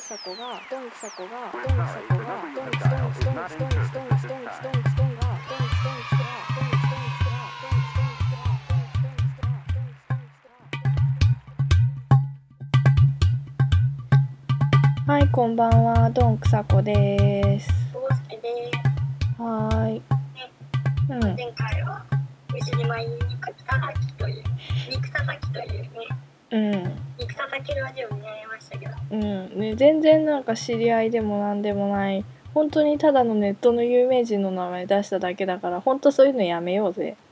クサコがドンクサコがドンクサコがドンクスドンクスドンクスドンクスドンクスドンクスドンクスドンクスドンクスがドンクスドンクスがドンクスドンクスがドンクスドンクスがドンクスドンクスがドンクスドンクスがドンクスドンクスが。はい、こんばんは、ドンクサコです。 ボースケです。 はーい。 ね、前回は牛島に肉叩きというね、肉叩ける味をやりましたけど。 ね、全然なんか知り合いでもなんでもない。本当にただのネットの有名人の名前出しただけだから、本当そういうのやめようぜ。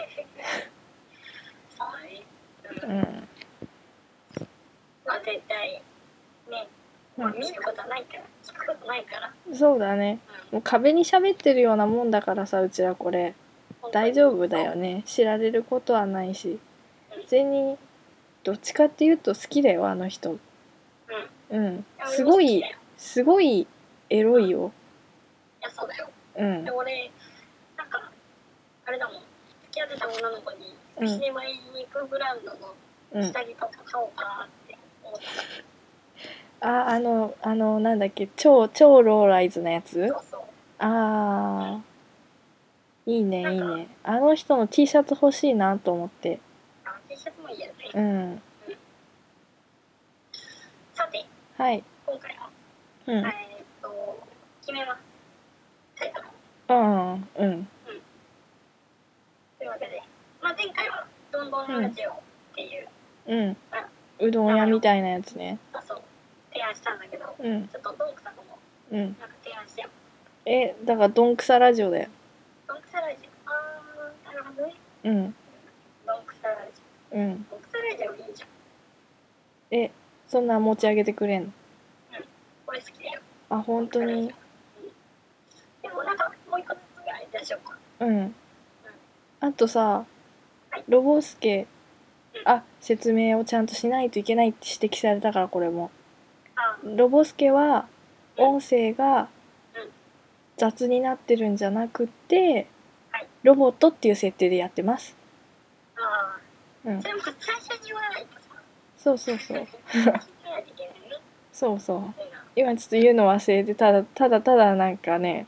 そうね。まあ絶対ね、まあ、見ることはないから、聞くことないから。 そうだね。もう壁に喋ってるようなもんだからさ、うちらこれ。大丈夫だよね。知られることはないし。全にどっちかっていうと好きだよ、あの人。すごいエロいよ。 いや、そうだよ。 で俺、なんか、あれだもん。付き合ってた女の子に、牛島に肉ブランドの下着とか買おうかなって思ってた。 なんだっけ、超ローライズのやつ？ そう。 いいね、いいね。あの人の T シャツ欲しいなと思って。 T シャツもいいよね。さて、 はい。 今回は、決めます。タイトル。というわけで、まあ、前回はどんどんラジオっていう、 うどん屋みたいなやつね。 そう、提案したんだけど、ちょっとどんくさくも、なんか提案してよ。 だからどんくさラジオだよ。 どんくさラジオ。なるほどね。どんくさラジオ。どんくさラジオいいじゃん。 そんな持ち上げてくれんの？ これ好きだよ。 本当に？ でもなんかもう一個ずつぐらい出しようか。 あとさ、ロボスケ、説明をちゃんとしないといけないって指摘されたから、これも。ロボスケは音声が雑になってるんじゃなくて、ロボットっていう設定でやってます。 それも最初に言わないとさ。 そう今ちょっと言うの忘れて、ただなんかね、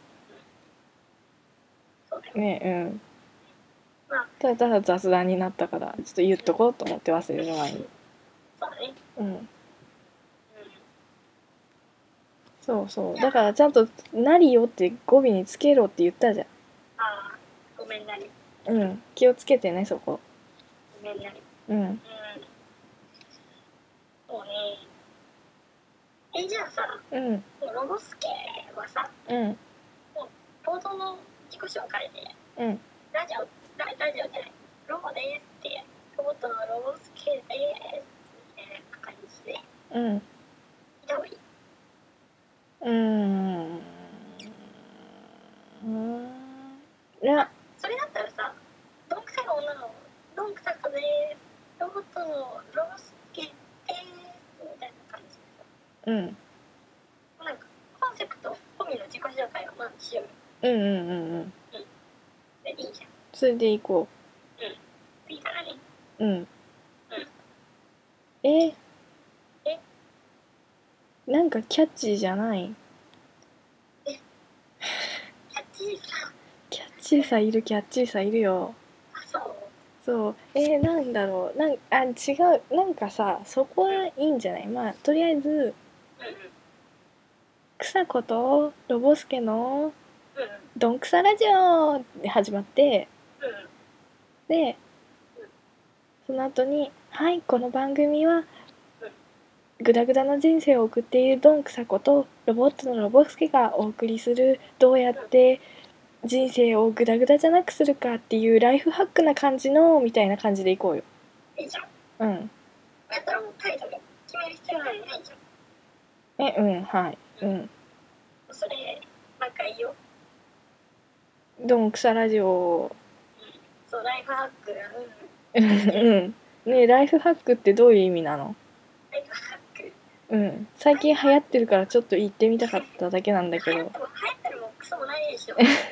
ただ雑談になったから、ちょっと言っとこうと思って、忘れる前に。そうだからちゃんとなりよって語尾につけろって言ったじゃん。 ごめんなり。 気をつけてね、そこ。 ごめんなり。そうね。じゃあさ、ロボスケはさ、もう冒頭の自己紹介で、ラジオじゃない、ロボですって、ロボットのロボスケですみたいな感じで、いた方がいい。いや、それだったらさ、どんくさい女のどんくさかです、ロボットのロボスケですみたいな感じでさ、なんかコンセプト込みの自己紹介をまずしよう。それでいいじゃん。 それでいこう。 次からね。 なんかキャッチーじゃない？キャッチーさいる、キャッチーさいるよ。そう。なんだろう。違う。なんかさ、そこはいいんじゃない？まあ、とりあえず、くさことロボスケのどんくさラジオで始まって、で、その後に、はい、この番組は、グダグダな人生を送っているドンクサコとロボットのロボスケがお送りする、どうやって人生をグダグダじゃなくするかっていうライフハックな感じのみたいな感じでいこうよ。 いいじゃん。だったらもうタイトル決める必要ないじゃん。 はい。 それなんかいいよ。 ドンクサラジオ。 そう、ライフハック。 ね、ライフハックってどういう意味なの？ ライフハック。 最近流行ってるからちょっと言ってみたかっただけなんだけど。 流行ってるもクソもないでしょ。なんか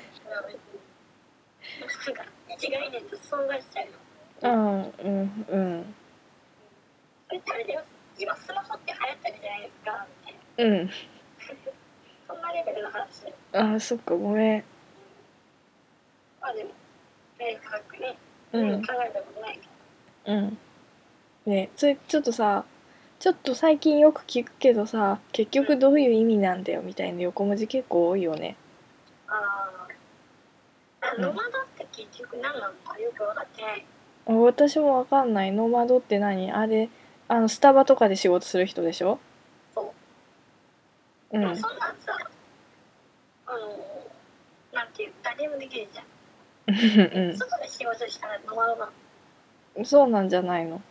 一概念と損害しちゃうよ。それってあれだよ。今スマホって流行ってるじゃないですか。 うん。 そんなレベルの話。 あ、そっか、ごめん。 まあでも、明確に、 うん考えたことないけど。うん。ね、それちょっとさ、ちょっと最近よく聞くけどさ、結局どういう意味なんだよみたいな横文字結構多いよね。 ああ。ノマドって結局何なのかよく分かってない。 私もわかんない。ノマドって何？あれ、スタバとかで仕事する人でしょ？ そう。でもそんなんさ、なんていう、誰でもできるじゃん。外で仕事したらノマドなの。そうなんじゃないの？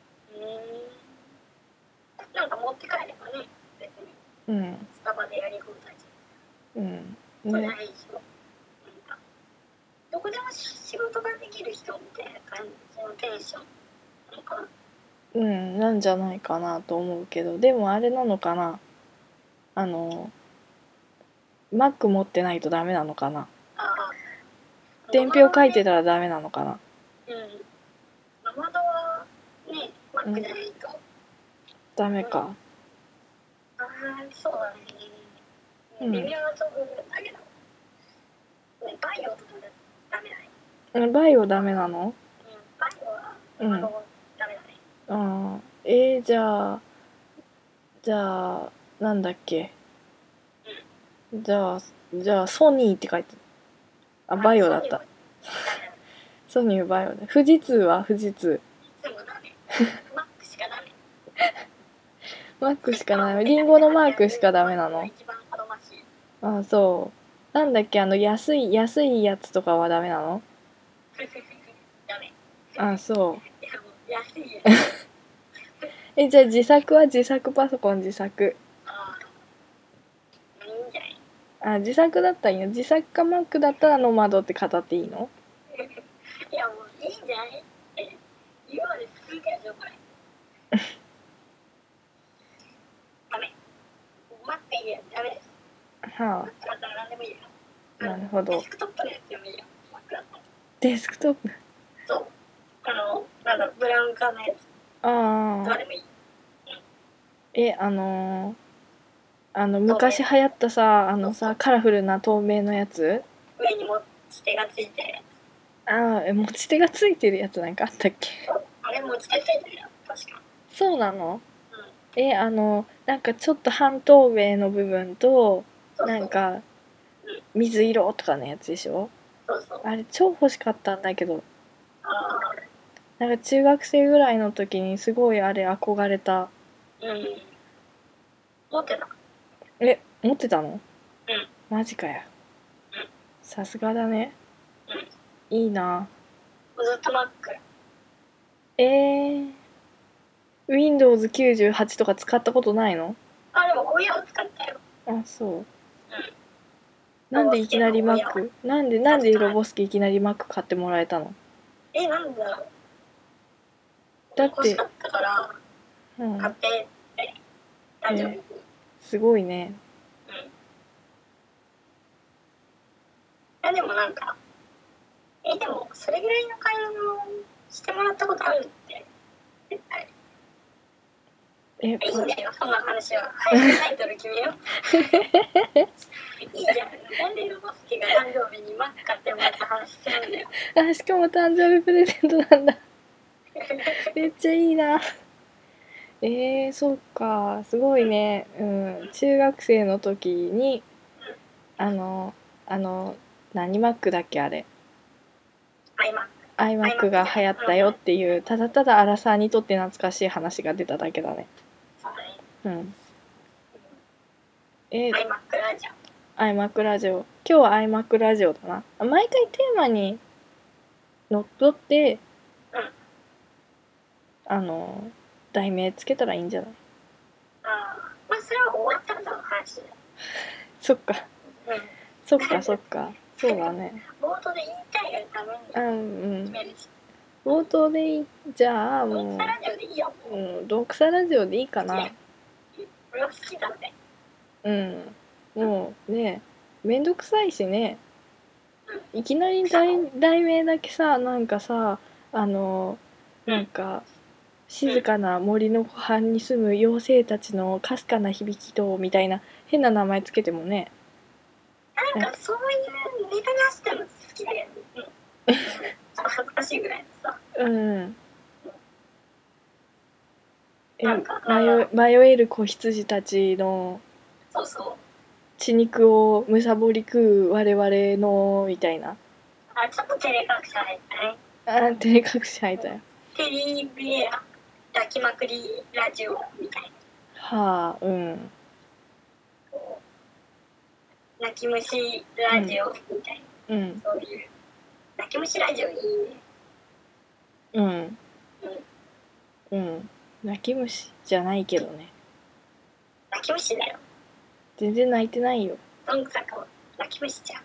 なんか持って帰ればね、別に。スタバでやり放題じゃん。それはいいでしょ。どこでも仕事ができる人みたいな感じのテンションなのかな。 なんじゃないかなと思うけど、でもあれなのかな、Mac 持ってないとダメなのかな。伝票書いてたらダメなのかな。 ノマドはね、Mac じゃないとダメか。 そうだね。微妙なところだけど、バイオとかダメだね。 バイオダメなの？ バイオはノマドダメだね。じゃあなんだっけ。じゃあソニーって書いてあ、バイオだった。ソニーバイオで。富士通は富士通。 マックしかダメ。 マックしかない。リンゴのマークしかダメなの？あ、そう。なんだっけ、安いやつとかはダメなの？ ダメ。 あ、そう。 安いやつ。 じゃあ自作は自作パソコン自作。 いいんじゃない？ 自作だったらいいの？自作かマックだったらノマドって語っていいの？ いやもういいんじゃない？今まで続いたでしょこれ。ダメ。マックいいやダメです。はあ。マックだったら何でもいいよ。なるほど。デスクトップのやつでもいいよ。マックだったら。デスクトップ？そう。なんだろう、ブラウン管のやつ。ああ。どれもいい。 昔流行ったさ、カラフルな透明のやつ？ 上に持ち手がついてるやつ。持ち手がついてるやつなんかあったっけ？ あれ持ち手ついてるよ、確か。 そうなの？なんかちょっと半透明の部分と、なんか水色とかのやつでしょ？あれ超欲しかったんだけど。なんか中学生ぐらいの時にすごいあれ憧れた。 持ってた。 持ってたの？マジかよ。さすがだね。いいな。 ずっと Mac。 Windows 98とか使ったことないの？ でも親を使ったよ。 そう。なんでいきなり Mac？なんでロボスケいきなり Mac 買ってもらえたの？ なんだろう。 だって、 欲しかったから買ってって大丈夫。 すごいね。 でもなんか、でもそれぐらいの買い物してもらったことあるって。絶対。いいんだよ、そんな話は。早くタイトル決めよう。いいじゃん。なんでロボスケが誕生日に Mac 買ってもらった話しちゃうんだよ。 しかも誕生日プレゼントなんだ。めっちゃいいな。そっか、すごいね。中学生の時に、何 Mac だっけあれ。iMac が流行ったよっていう、ただただアラサーにとって懐かしい話が出ただけだね。 iMac ラジオ。 iMac ラジオ。今日は iMac ラジオだな。毎回テーマにのっとって、題名つけたらいいんじゃない？ それは終わった後の話だよ。 そっか。そっか。そうだね。 冒頭で言いたいがために決めるし。 冒頭でいい。じゃあもう。 ドンクサラジオでいいよ。 ドンクサラジオでいいかな。 俺は好きだって。 もうね、めんどくさいしね。いきなり題名だけさ、なんかさ、なんか静かな森の湖畔に住む妖精たちのかすかな響きとみたいな変な名前つけてもね。 なんかそういうネタにしても好きだよね。ちょっと恥ずかしいぐらいのさ。 迷える子羊たちのそうそう血肉をむさぼり食う我々のみたいな。 ちょっと照れ隠し入ったね。 照れ隠し入ったよ。 テリーベア抱きまくりラジオみたいな。 はあ、 泣き虫ラジオみたいな。そういう泣き虫ラジオいいね。泣き虫じゃないけどね。 泣き虫だよ。 全然泣いてないよ。 どんくさか泣き虫じゃん。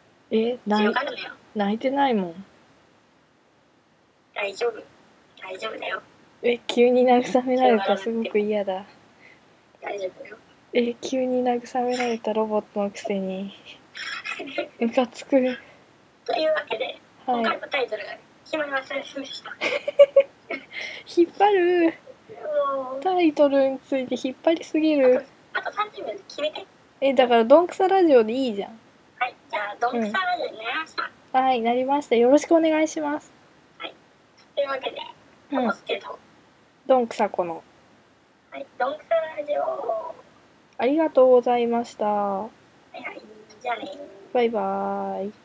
泣いてないもん。 大丈夫だよ。 急に慰められた。すごく嫌だ。 大丈夫よ。 急に慰められたロボットのくせにムカつく。 というわけで、今回のタイトルが決まりませんでした。 引っ張る。タイトルについて引っ張りすぎる。 あと30秒で決めて。 だからどんくさラジオでいいじゃん。 はい、じゃあどんくさラジオになりました。 はい、なりました。よろしくお願いします。 はい、というわけでロボスケとどんくさこのどんくさラジオ、 ありがとうございました。 はいはい、じゃあね。 バイバーイ。